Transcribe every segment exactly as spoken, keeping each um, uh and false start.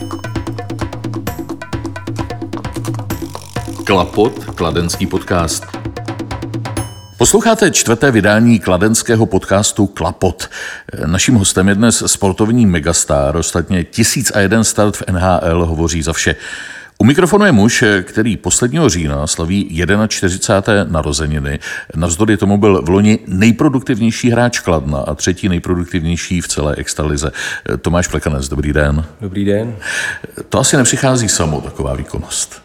Klapot, kladenský podcast. Posloucháte čtvrté vydání kladenského podcastu Klapot. Naším hostem je dnes sportovní megastar, ostatně tisíc a jeden start v N H L hovoří za vše. U mikrofonu je muž, který posledního října slaví čtyřicáté první narozeniny. Navzdory tomu byl v loni nejproduktivnější hráč Kladna a třetí nejproduktivnější v celé extralize. Tomáš Plekanec, dobrý den. Dobrý den. To asi nepřichází samo, taková výkonnost.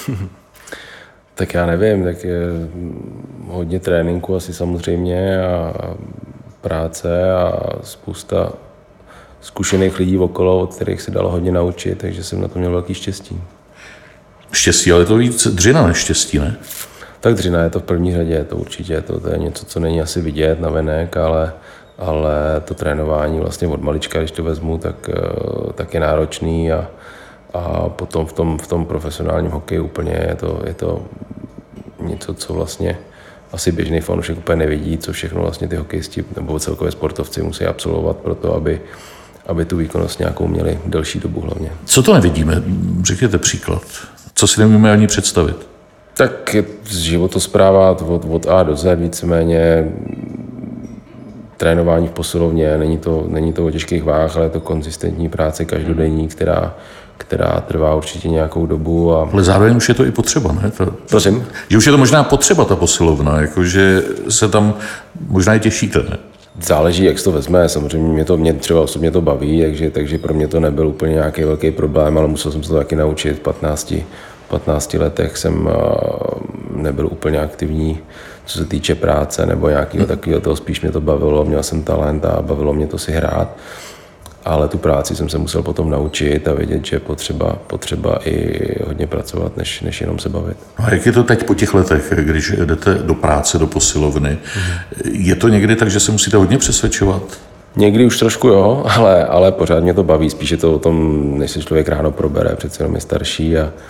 Tak já nevím, tak je hodně tréninku asi samozřejmě a práce a spousta zkušených lidí okolo, od kterých se dalo hodně naučit, takže jsem na to měl velký štěstí. Štěstí, ale je to víc dřina než štěstí, ne? Tak dřina je to v první řadě, to určitě, to, to je něco, co není asi vidět navenek, ale, ale to trénování vlastně od malička, když to vezmu, tak, tak je náročný a, a potom v tom, v tom profesionálním hokeji úplně je to, je to něco, co vlastně asi běžný fanoušek úplně nevidí, co všechno vlastně ty hokejisti nebo celkově sportovci musí absolvovat pro to, aby, aby tu výkonnost nějakou měli delší dobu hlavně. Co to nevidíme? Řekněte příklad. Co si nemůžeme ani představit? Tak životospráva od, od A do Z víceméně, trénování v posilovně, není to, není to o těžkých váhách, ale je to konzistentní práce každodenní, která, která trvá určitě nějakou dobu. A... Ale zároveň už je to i potřeba, ne? To, Prosím? Že už je to možná potřeba, ta posilovna, jakože se tam možná i těšíte, ne? Záleží, jak to vezme. Samozřejmě mě to mě třeba osobně to baví, takže, takže pro mě to nebyl úplně nějaký velký problém, ale musel jsem se to taky naučit. V patnácti, patnácti letech jsem nebyl úplně aktivní, co se týče práce nebo nějakého hmm. takového toho. Spíš mě to bavilo, měl jsem talent a bavilo mě to si hrát. Ale tu práci jsem se musel potom naučit a vědět, že je potřeba, potřeba i hodně pracovat, než, než jenom se bavit. No a jak je to teď po těch letech, když jdete do práce, do posilovny? Mm. Je to někdy tak, že se musíte hodně přesvědčovat? Někdy už trošku jo, ale, ale pořád mě to baví. Spíš je to o tom, než se člověk ráno probere, přece jenom je starší a,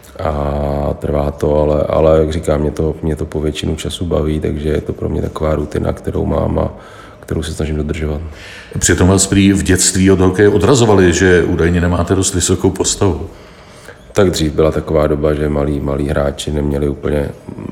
a trvá to, ale, ale jak říkám, mě to, mě to po většinu času baví, takže je to pro mě taková rutina, kterou mám a kterou se snažím dodržovat. Přitom vás prý v dětství od hokeje odrazovali, že údajně nemáte dost vysokou postavu. Tak dřív byla taková doba, že malí, malí hráči neměli úplně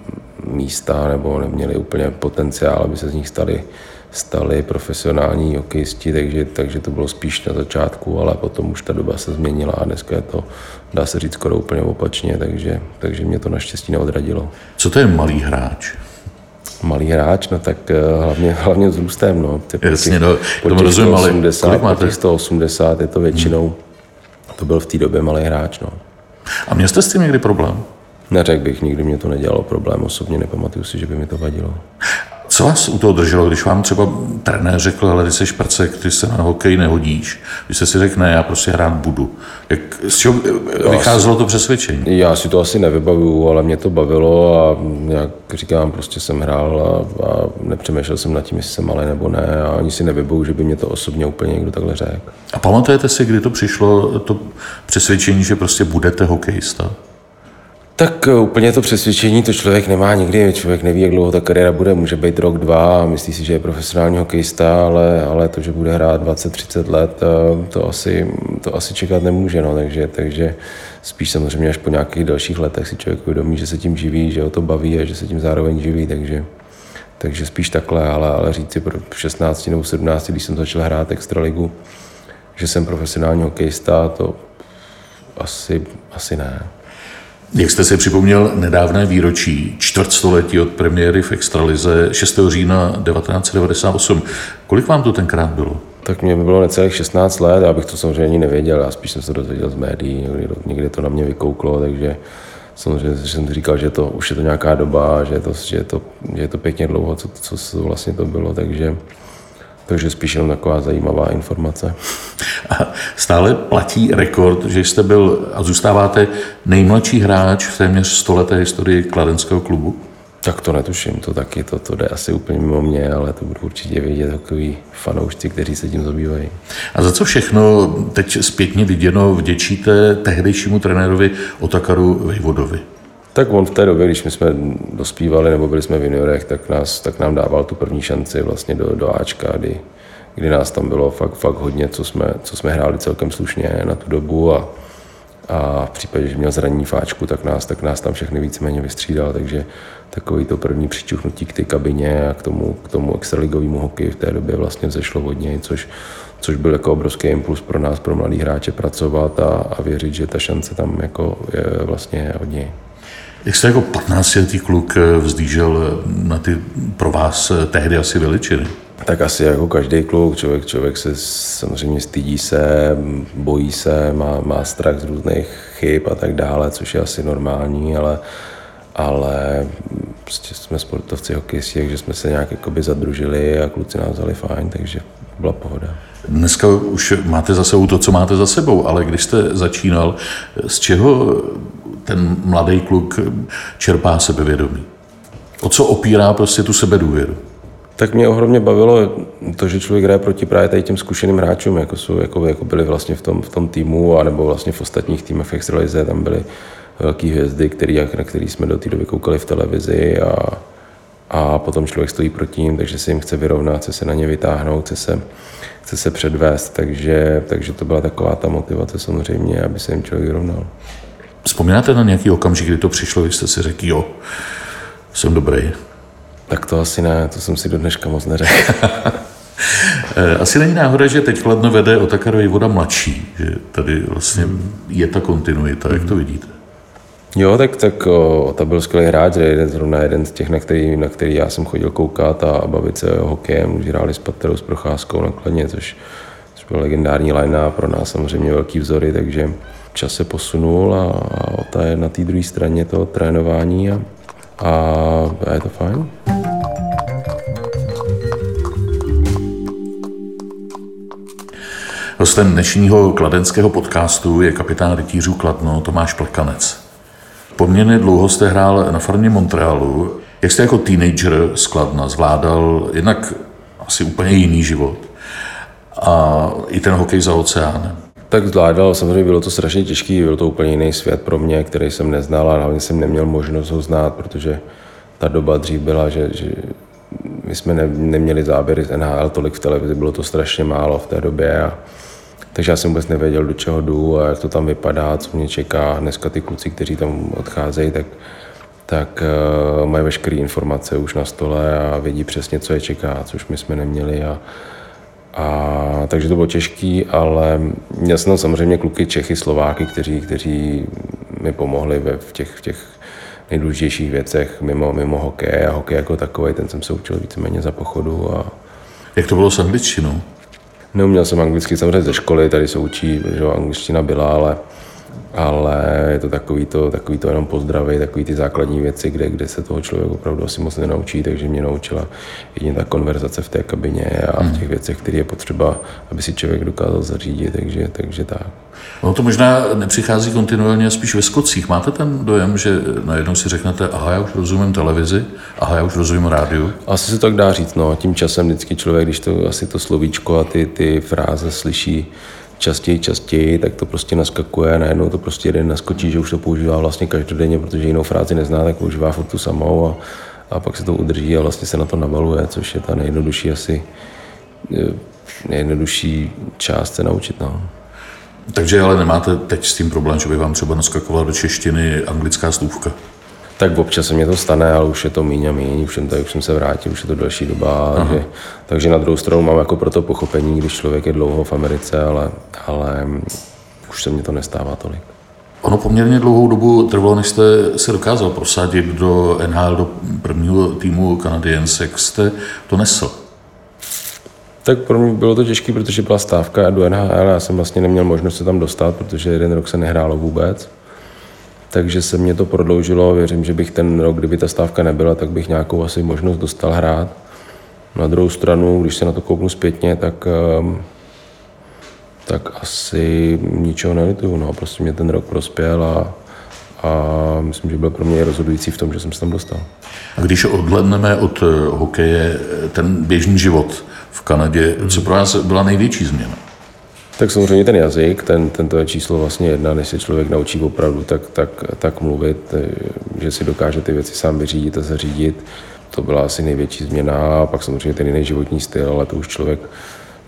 místa nebo neměli úplně potenciál, aby se z nich stali, stali profesionální hokejisti, takže, takže to bylo spíš na začátku, ale potom už ta doba se změnila a dneska je to, dá se říct, skoro úplně opačně, takže, takže mě to naštěstí neodradilo. Co to je malý hráč? Malý hráč, no tak hlavně, hlavně vzrůstem, no. Jasně, no, tomu rozumím, ale kolik máte? Po těch sto osmdesát je to většinou, hmm. to byl v té době malý hráč, no. A měl jste s tím někdy problém? Neřekl bych, nikdy mě to nedělalo problém, osobně nepamatuju si, že by mi to vadilo. Co vás u toho drželo, když vám třeba trenér řekl, ale ty jsi šprcek, ty se na hokej nehodíš, když jste si řekl, ne, já prostě hrát budu. Jak, z čeho vycházelo to přesvědčení? Já si to asi nevybavuju, ale mě to bavilo a jak říkám, prostě jsem hrál a, a nepřemýšlel jsem nad tím, jestli jsem malý nebo ne a ani si nevybavuju, že by mě to osobně úplně někdo takhle řekl. A pamatujete si, kdy to přišlo, to přesvědčení, že prostě budete hokejista? Tak úplně to přesvědčení to člověk nemá nikdy, člověk neví, jak dlouho ta kariéra bude, může být rok, dva a myslí si, že je profesionální hokejista, ale, ale to, že bude hrát dvacet třicet let, to asi, to asi čekat nemůže, no, takže, takže spíš samozřejmě až po nějakých dalších letech si člověk uvědomí, že se tím živí, že ho to baví a že se tím zároveň živí, takže, takže spíš takhle, ale, ale říct si v šestnácti nebo sedmnácti, když jsem začal hrát extraligu, že jsem profesionální hokejista, to asi, asi ne. Jak jste si připomněl nedávné výročí čtvrtstoletí od premiéry v extralize šestého října devatenáct set devadesát osm. Kolik vám to tenkrát bylo? Tak mě bylo necelých šestnáct let, já bych to samozřejmě ani nevěděl, já spíš jsem se dozvěděl z médií, někdy, někdy to na mě vykouklo, takže samozřejmě jsem říkal, že to, už je to nějaká doba, že je to, že je to, že je to pěkně dlouho, co, co, co vlastně to bylo, takže Takže spíš jenom taková zajímavá informace. A stále platí rekord, že jste byl a zůstáváte nejmladší hráč v téměř stoleté historii kladenského klubu? Tak to netuším, to taky, to, to jde asi úplně mimo mě, ale to budu určitě vědět takový fanoušci, kteří se tím zabývají. A za co všechno teď zpětně viděno vděčíte tehdejšímu trenérovi Otakaru Vejvodovi? Tak on v té době, když my jsme dospívali nebo byli jsme v juniorech, tak, nás, tak nám dával tu první šanci vlastně do, do Ačka, kdy, kdy nás tam bylo fakt, fakt hodně, co jsme, co jsme hráli celkem slušně na tu dobu a, a v případě, že měl zranění fáčku, tak nás, tak nás tam všechny víceméně vystřídal, takže takový to první přičuchnutí k té kabině a k tomu, k tomu extraligovému hokeji v té době vlastně vzešlo od něj, což, což byl jako obrovský impuls pro nás, pro mladý hráče pracovat a, a věřit, že ta šance tam jako je vlastně od něj. Jak jste jako patnáctiletý kluk vzdýžel na ty pro vás tehdy asi veličiny? Tak asi jako každý kluk, člověk, člověk se samozřejmě stydí se, bojí se, má, má strach z různých chyb a tak dále, což je asi normální, ale, ale prostě jsme sportovci, hokejisti, takže jsme se nějak jakoby zadružili a kluci nás vzali fajn, takže byla pohoda. Dneska už máte za sebou to, co máte za sebou, ale když jste začínal, z čeho ten mladý kluk čerpá sebevědomí? O co opírá prostě tu sebedůvěru? Tak mě ohromně bavilo to, že člověk hraje proti právě tady těm zkušeným hráčům, jako, jsou, jako, jako byli vlastně v tom, v tom týmu, anebo vlastně v ostatních týmech v extralize, tam byly velký hvězdy, který, na který jsme do té doby koukali v televizi a, a potom člověk stojí proti ním, takže se jim chce vyrovnat, chce se na ně vytáhnout, chce se, chce se předvést, takže, takže to byla taková ta motivace samozřejmě, aby se jim člověk vyrovnal. Vzpomínáte na nějaký okamžik, kdy to přišlo, vy jste si řekl, jo, jsem dobrý? Tak to asi ne, to jsem si do dneška moc neřekl. Asi není náhoda, že teď Kladno vede Otakar Vejvoda mladší, že tady vlastně je ta kontinuita, jak to vidíte? Jo, tak, tak Ota byl skvělý hráč, jeden, zrovna jeden z těch, na který, na který já jsem chodil koukat a bavit se o hokejem, už hráli s Paterou, s Procházkou na Kladně, což, což byl legendární line a pro nás samozřejmě velký vzory, takže čas se posunul a, a Ota je na té druhé straně toho trénování a, a je to fajn. Hostem dnešního kladenského podcastu je kapitán rytířů Kladno Tomáš Plekanec. Poměrně dlouho jste hrál na farmě Montrealu. Jak jste jako teenager z Kladna zvládal jednak asi úplně jiný život a i ten hokej za oceánem? Tak zvládal, samozřejmě bylo to strašně těžký, byl to úplně jiný svět pro mě, který jsem neznal a hlavně jsem neměl možnost ho znát, protože ta doba dřív byla, že, že my jsme ne, neměli záběry z N H L tolik v televizi, bylo to strašně málo v té době a takže já jsem vůbec nevěděl, do čeho jdu a jak to tam vypadá, co mě čeká. Dneska ty kluci, kteří tam odcházejí, tak, tak uh, mají veškeré informace už na stole a vědí přesně, co je čeká, což my jsme neměli. A, a, takže to bylo těžký, ale měl jsem tam samozřejmě kluky Čechy, Slováky, kteří, kteří mi pomohli ve, v, těch, v těch nejdůležitějších věcech mimo, mimo hokej a hokej jako takový, ten jsem se učil víceméně za pochodu. A... Jak to bylo s angličtinou? Neuměl jsem anglicky samozřejmě ze školy, tady se učí, že angličtina byla, ale, ale je to takový to, takový to jenom pozdraví, takový ty základní věci, kde, kde se toho člověk opravdu asi moc nenaučí, takže mě naučila jedině ta konverzace v té kabině a v těch věcech, které je potřeba, aby si člověk dokázal zařídit, takže, takže tak. No to možná nepřichází kontinuálně, spíš ve skocích. Máte ten dojem, že najednou si řeknete, aha, já už rozumím televizi, aha, já už rozumím rádiu? Asi se to tak dá říct, no. Tím časem vždycky člověk, když to asi to slovíčko a ty, ty fráze slyší častěji, častěji, tak to prostě naskakuje a najednou to prostě jeden naskočí, že už to používá vlastně každodenně, protože jinou frázi nezná, tak používá furt tu samou a, a pak se to udrží a vlastně se na to nabaluje, což je ta nejjednodušší asi nejjednodušší část se naučit, no. Takže ale nemáte teď s tím problém, že by vám třeba naskakovala do češtiny anglická slůvka? Tak občas se mě to stane, ale už je to míň a míň, už jsem, tady, už jsem se vrátil, už je to další doba, takže, takže na druhou stranu mám jako pro to pochopení, když člověk je dlouho v Americe, ale, ale už se mně to nestává tolik. Ono poměrně dlouhou dobu trvalo, než jste se dokázal prosadit do N H L, do prvního týmu Canadiens, jak jste to nesl? Tak pro mě bylo to těžké, protože byla stávka do N H L, já jsem vlastně neměl možnost se tam dostat, protože jeden rok se nehrálo vůbec. Takže se mě to prodloužilo, věřím, že bych ten rok, kdyby ta stávka nebyla, tak bych nějakou asi možnost dostal hrát. Na druhou stranu, když se na to kouknu zpětně, tak, tak asi ničeho nelituju. No. Prostě mě ten rok prospěl a, a myslím, že byl pro mě rozhodující v tom, že jsem se tam dostal. A když odhlédneme od hokeje, ten běžný život v Kanadě, co pro vás byla největší změna? Tak samozřejmě ten jazyk, ten, tento je číslo vlastně jedna, než se člověk naučí opravdu tak, tak, tak mluvit, že si dokáže ty věci sám vyřídit a zařídit. To byla asi největší změna a pak samozřejmě ten jiný životní styl, ale to už člověk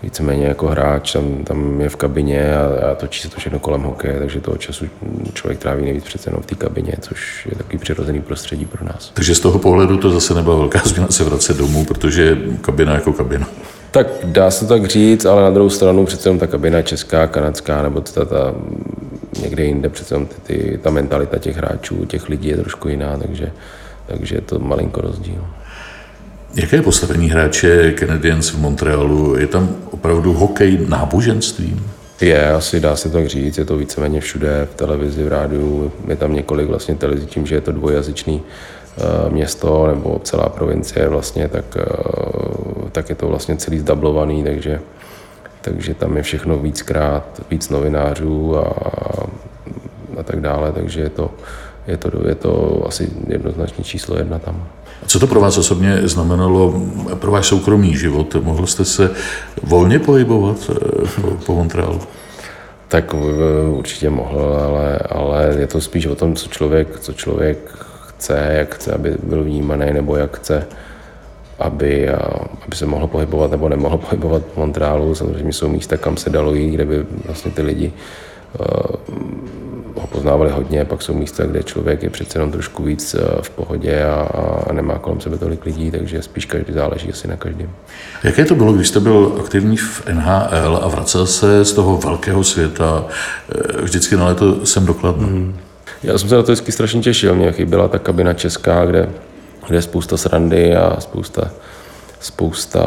víceméně jako hráč, tam, tam je v kabině a, a točí se to všechno kolem hokeje, takže toho času člověk tráví nejvíc přece jenom v té kabině, což je takový přirozený prostředí pro nás. Takže z toho pohledu to zase nebyla velká změna se vracet domů, protože je kabina jako kabina. Tak dá se to tak říct, ale na druhou stranu přece jenom ta kabina je česká, kanadská, nebo ta, ta někde jinde přece jenom ty, ty, ta mentalita těch hráčů, těch lidí je trošku jiná, takže, takže je to malinko rozdíl. Jaké je postavení hráče Canadiens v Montrealu? Je tam opravdu hokej náboženstvím? Je, asi dá se tak říct, je to víceméně všude, v televizi, v rádiu, je tam několik vlastně televizí, tím, že je to dvojjazyčný uh, město nebo celá provincie vlastně, tak, uh, tak je to vlastně celý zdublovaný, takže, takže tam je všechno víckrát, víc novinářů a, a tak dále, takže je to, je to, je to asi jednoznačně číslo jedna tam. Co to pro vás osobně znamenalo pro váš soukromý život? Mohl jste se volně pohybovat po, po Montrealu? Tak určitě mohl, ale, ale je to spíš o tom, co člověk, co člověk chce, jak chce, aby byl vnímaný, nebo jak chce, aby, aby se mohl pohybovat nebo nemohl pohybovat v Montrealu. Samozřejmě jsou místa, kam se dalo jít, kde by vlastně ty lidi uh, ho poznávali hodně, pak jsou místa, kde člověk je přece jenom trošku víc v pohodě a, a nemá kolem sebe tolik lidí, takže spíš každý záleží asi na každém. Jaké to bylo, když jste byl aktivní v N H L a vracel se z toho velkého světa vždycky na léto sem do Kladna? Hmm. Já jsem se na to vždycky strašně těšil. Mě chyběla ta kabina česká, kde, kde je spousta srandy a spousta, spousta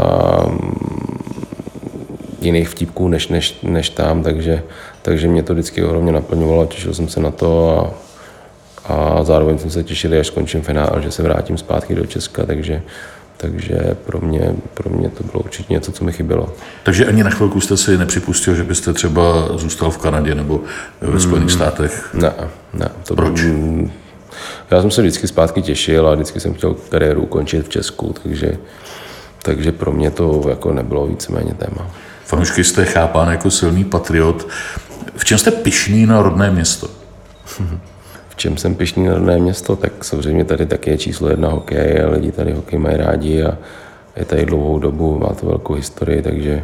jiných vtipků než, než, než tam, takže, takže mě to vždycky ohromně naplňovalo, těšil jsem se na to a, a zároveň jsem se těšil, až skončím finál, že se vrátím zpátky do Česka, takže, takže pro mě, pro mě to bylo určitě něco, co mi chybělo. Takže ani na chvilku jste si nepřipustil, že byste třeba zůstal v Kanadě nebo ve Spojených státech? Ne, ne. To Proč? Byl, já jsem se vždycky zpátky těšil a vždycky jsem chtěl kariéru ukončit v Česku, takže, takže pro mě to jako nebylo víceméně téma. Fanoušky jste chápán jako silný patriot. V čem jste pyšný na rodné město? V čem jsem pyšný na rodné město? Tak samozřejmě tady taky je číslo jedna hokej a lidi tady hokej mají rádi a je tady dlouhou dobu, má to velkou historii, takže,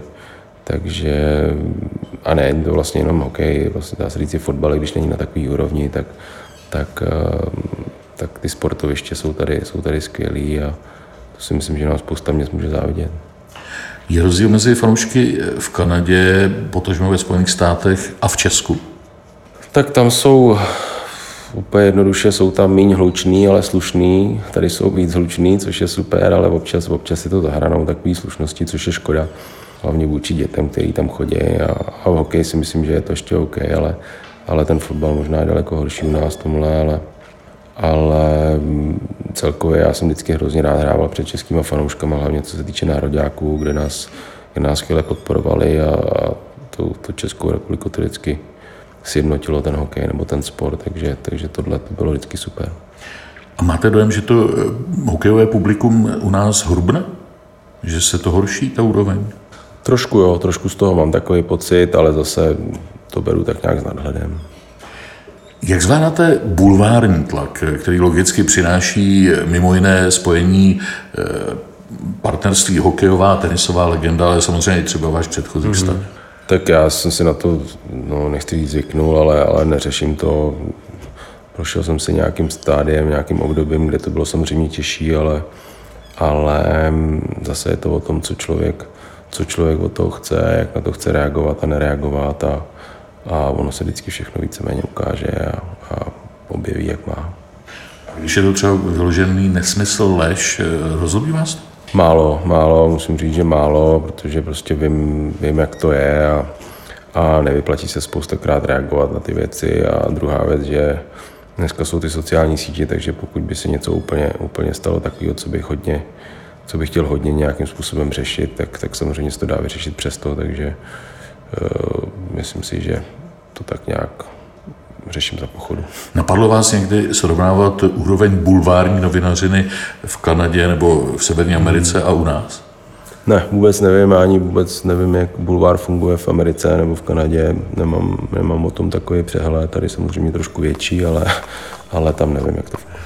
takže a ne, to vlastně jenom hokej, vlastně dá se říct i fotbal, když není na takový úrovni, tak, tak, tak ty sportoviště jsou tady, jsou tady skvělý a to si myslím, že nám spousta měst může závidět. Je rozdíl mezi fanoušky v Kanadě, potažmo ve Spojených státech a v Česku? Tak tam jsou úplně jednoduše, jsou tam míň hluční, ale slušný. Tady jsou víc hluční, což je super, ale občas, občas je to zahranou takový slušnosti, což je škoda. Hlavně vůči dětem, který tam chodí. A, a v hokeji si myslím, že je to ještě OK, ale, ale ten fotbal možná je daleko horší u nás tomhle, ale ale celkově já jsem vždycky hrozně rád hrával před českýma fanouškama, hlavně co se týče nároďáků, kde nás, kde nás chvíle podporovali a, a tu, tu Českou republiku to vždycky sjednotilo ten hokej nebo ten sport, takže, takže tohle to bylo vždycky super. A máte dojem, že to hokejové publikum u nás hrubne? Že se to horší, ta úroveň? Trošku jo, trošku z toho mám takový pocit, ale zase to beru tak nějak s nadhledem. Jak zvládáte bulvární tlak, který logicky přináší mimo jiné spojení partnerství hokejová, tenisová legenda, ale samozřejmě i třeba váš předchozí mm-hmm. vztah? Tak já jsem si na to, no nechci říct zvyknul, ale, ale neřeším to. Prošel jsem si nějakým stádiem, nějakým obdobím, kde to bylo samozřejmě těžší, ale, ale zase je to o tom, co člověk, co člověk od toho chce, jak na to chce reagovat a nereagovat a a ono se vždycky všechno víceméně ukáže a, a objeví, jak má. Když je to třeba vyložený nesmysl, lež, rozlobí vás to? Málo, málo, musím říct, že málo, protože prostě vím, vím jak to je a, a nevyplatí se spoustakrát reagovat na ty věci. A druhá věc, že dneska jsou ty sociální sítě, takže pokud by se něco úplně, úplně stalo takového, co bych hodně, co bych chtěl hodně nějakým způsobem řešit, tak, tak samozřejmě se to dá vyřešit přesto, takže uh, myslím si, že to tak nějak řeším za pochodu. Napadlo vás někdy srovnávat úroveň bulvární novinařiny v Kanadě nebo v Severní Americe hmm. a u nás? Ne, vůbec nevím, ani vůbec nevím, jak bulvár funguje v Americe nebo v Kanadě. Nemám, nemám o tom takový přehled, tady samozřejmě trošku větší, ale, ale tam nevím, jak to funguje.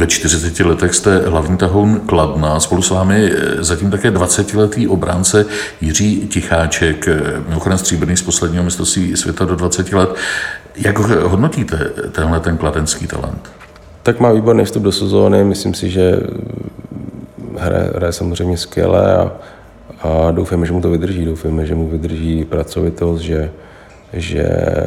Ve čtyřiceti letech jste hlavní tahoun Kladna, spolu s vámi zatím také dvacetiletý obránce Jiří Ticháček, mimochodem stříbrný z posledního mistrovství světa do dvaceti let. Jak hodnotíte tenhle ten kladenský talent? Tak má výborný vstup do sezóny, myslím si, že hraje, hraje samozřejmě skvěle a, a doufáme, že mu to vydrží, doufáme, že mu vydrží pracovitost, že, že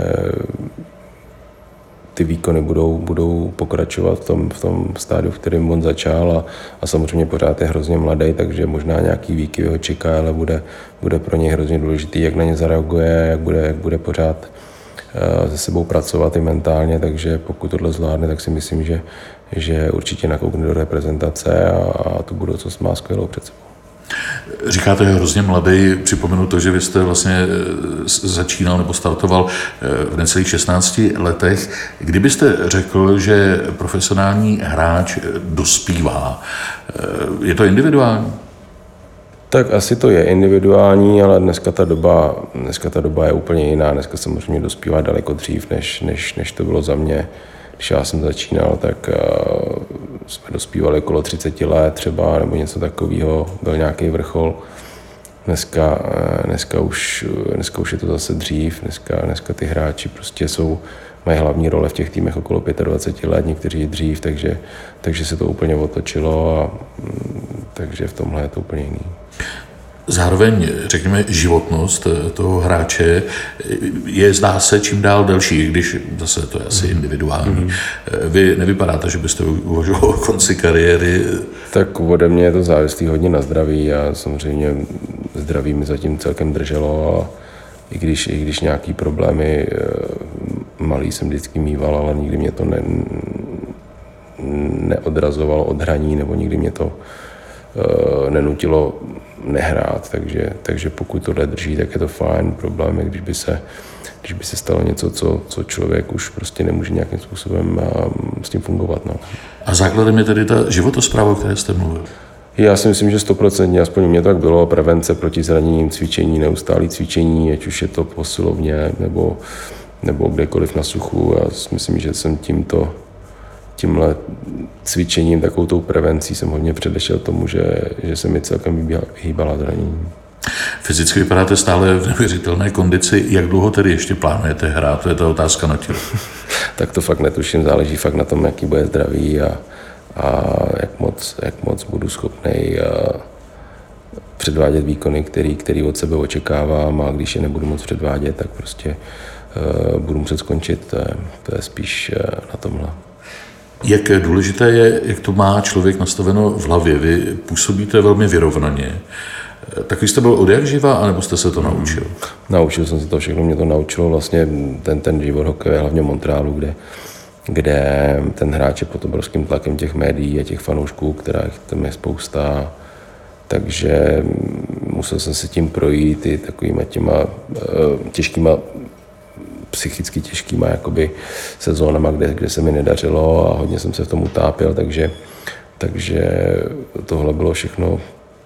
ty výkony budou, budou pokračovat v tom, v tom stádiu, v kterém on začal a, a samozřejmě pořád je hrozně mladý, takže možná nějaký výkyvy ho čeká, ale bude, bude pro něj hrozně důležitý, jak na ně zareaguje, jak bude, jak bude pořád uh, se sebou pracovat i mentálně, takže pokud tohle zvládne, tak si myslím, že, že určitě nakoukne do reprezentace a, a tu budoucnost má skvělou před sebou. Říkáte, je hrozně mladý. Připomenu to, že vy jste vlastně začínal nebo startoval v necelých šestnácti letech. Kdybyste řekl, že profesionální hráč dospívá, je to individuální? Tak asi to je individuální, ale dneska ta doba, dneska ta doba je úplně jiná. Dneska samozřejmě dospívá daleko dřív, než, než, než to bylo za mě. Když já jsem začínal, tak uh, jsme dospívali okolo třiceti let třeba, nebo něco takového, byl nějaký vrchol. Dneska, uh, dneska, už, dneska už je to zase dřív, dneska, dneska ty hráči prostě jsou, mají hlavní role v těch týmech okolo dvaceti pěti let, někteří dřív, takže, takže se to úplně otočilo a um, takže v tomhle je to úplně jiný. Zároveň, řekněme, životnost toho hráče je, zdá se, čím dál delší, když zase to je asi individuální. Mm. Vy nevypadáte, že byste uvažoval o konci kariéry? Tak ode mě je to závislý hodně na zdraví a samozřejmě zdraví mi zatím celkem drželo a i když, i když nějaký problémy malý jsem vždycky mýval, ale nikdy mě to ne, neodrazovalo od hraní nebo nikdy mě to nenutilo nehrát, takže, takže pokud tohle drží, tak je to fajn. Problém je, když by se, když by se stalo něco, co, co člověk už prostě nemůže nějakým způsobem s tím fungovat. No. A základem je tedy ta životospráva, o které jste mluvil? Já si myslím, že stoprocentně, aspoň u mě tak bylo, prevence proti zraněním, cvičení, neustálé cvičení, ať už je to posilovně nebo, nebo kdekoliv na suchu. Já si myslím, že jsem tímto tímhle cvičením, takovou tou prevencí jsem hodně předešel tomu, že, že se mi celkem vyhýbala zranění. Fyzicky vypadáte stále v neuvěřitelné kondici. Jak dlouho tedy ještě plánujete hrát? To je ta otázka na tělo. Tak to fakt netuším, záleží fakt na tom, jaký bude zdraví a, a jak, moc, jak moc budu schopnej předvádět výkony, který, který od sebe očekávám a když je nebudu moc předvádět, tak prostě uh, budu muset skončit. To je, to je spíš uh, na tomhle. Jak důležité je, jak to má člověk nastaveno v hlavě. Vy působíte velmi vyrovnaně. Takový jste byl od jak živa, anebo jste se to naučil? Hmm. Naučil jsem se to všechno, mě to naučilo vlastně ten, ten život hokeje, hlavně v Montrealu, kde, kde ten hráč je pod obrovským tlakem těch médií a těch fanoušků, kterých tam je spousta. Takže musel jsem se tím projít i takovýma těma těžkýma psychicky těžkýma jakoby sezónama, kde, kde se mi nedařilo a hodně jsem se v tom utápěl, takže, takže tohle bylo všechno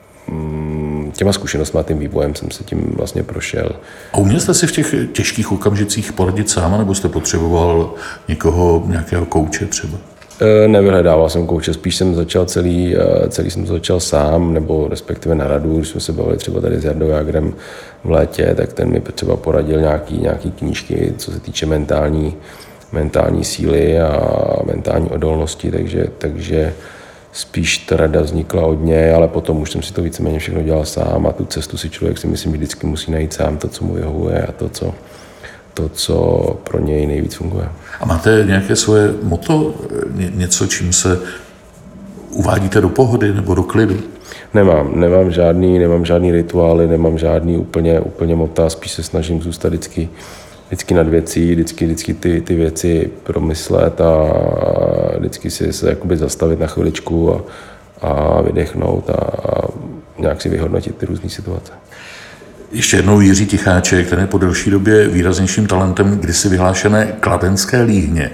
těma zkušenostmi a tím vývojem jsem se tím vlastně prošel. A uměl jste si v těch těžkých okamžicích poradit sám, nebo jste potřeboval někoho, nějakého kouče třeba? Nevyhledával jsem kouče, spíš jsem začal celý, celý jsem to začal sám, nebo respektive na radu, když jsme se bavili třeba tady s Jardou Jágrem v létě, tak ten mi třeba poradil nějaký, nějaký knížky, co se týče mentální, mentální síly a mentální odolnosti, takže, takže spíš ta rada vznikla od něj, ale potom už jsem si to víceméně všechno dělal sám a tu cestu si člověk si myslím vždycky musí najít sám to, co mu vyhovuje a to, co to, co pro něj nejvíc funguje. A máte nějaké svoje motto, něco, čím se uvádíte do pohody nebo do klidu? Nemám, nemám žádný, nemám žádný rituály, nemám žádný úplně, úplně mota, spíš se snažím zůstat vždycky, vždycky nad věcí, vždycky, vždycky ty, ty věci promyslet a vždycky si se jakoby zastavit na chviličku a, a vydechnout a, a nějak si vyhodnotit ty různé situace. Ještě jednou Jiří Ticháček, který je po delší době výraznějším talentem kdysi vyhlášené kladenské líhně.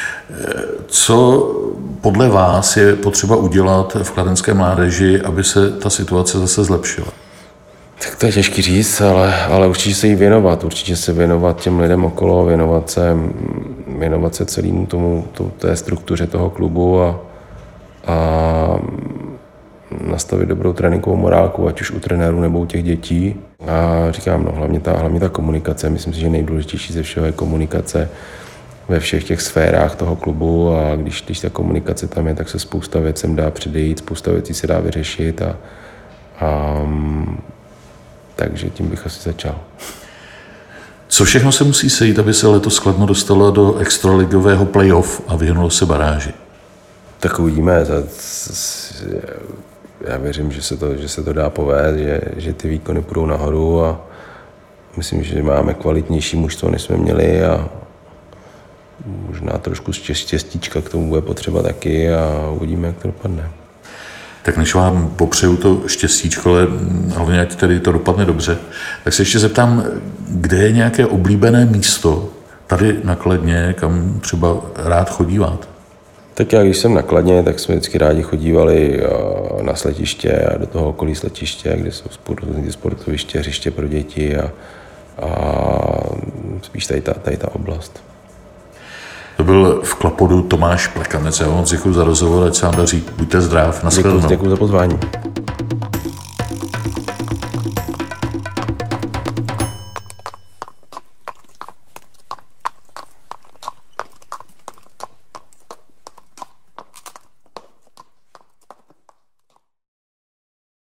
Co podle vás je potřeba udělat v kladenské mládeži, aby se ta situace zase zlepšila? Tak to je těžký říct, ale, ale určitě se jí věnovat, určitě se věnovat těm lidem okolo, věnovat se, věnovat se celému tomu, to, té struktuře toho klubu a, a nastavit dobrou tréninkovou morálku, ať už u trenérů nebo u těch dětí. A říkám, no, hlavně ta, hlavně ta komunikace. Myslím si, že nejdůležitější ze všeho je komunikace ve všech těch sférách toho klubu a když, když ta komunikace tam je, tak se spousta věcem dá předejít, spousta věcí se dá vyřešit a, a takže tím bych asi začal. Co všechno se musí sejít, aby se letos Kladno dostalo do extraligového playoff a vyhnulo se baráži? Tak uvidíme. Já věřím, že se to, že se to dá povést, že, že ty výkony půjdou nahoru a myslím, že máme kvalitnější mužstvo, než jsme měli a možná trošku štěstíčka k tomu bude potřeba taky a uvidíme, jak to dopadne. Tak než vám popřeju to štěstíčko, ale hlavně ať tady to dopadne dobře, tak se ještě zeptám, kde je nějaké oblíbené místo tady na Kladně, kam třeba rád chodíváte? Tak já, když jsem na Kladně, tak jsme vždycky rádi chodívali na sletiště a do toho okolí sletiště, kde jsou sportoviště, hřiště pro děti a, a spíš tady ta, tady ta oblast. To byl v Klapodu Tomáš Plekanec. Já vám moc děkuji za rozhovor, ať se vám daří. Buďte zdrav. Naschledanou. Děkuji za pozvání.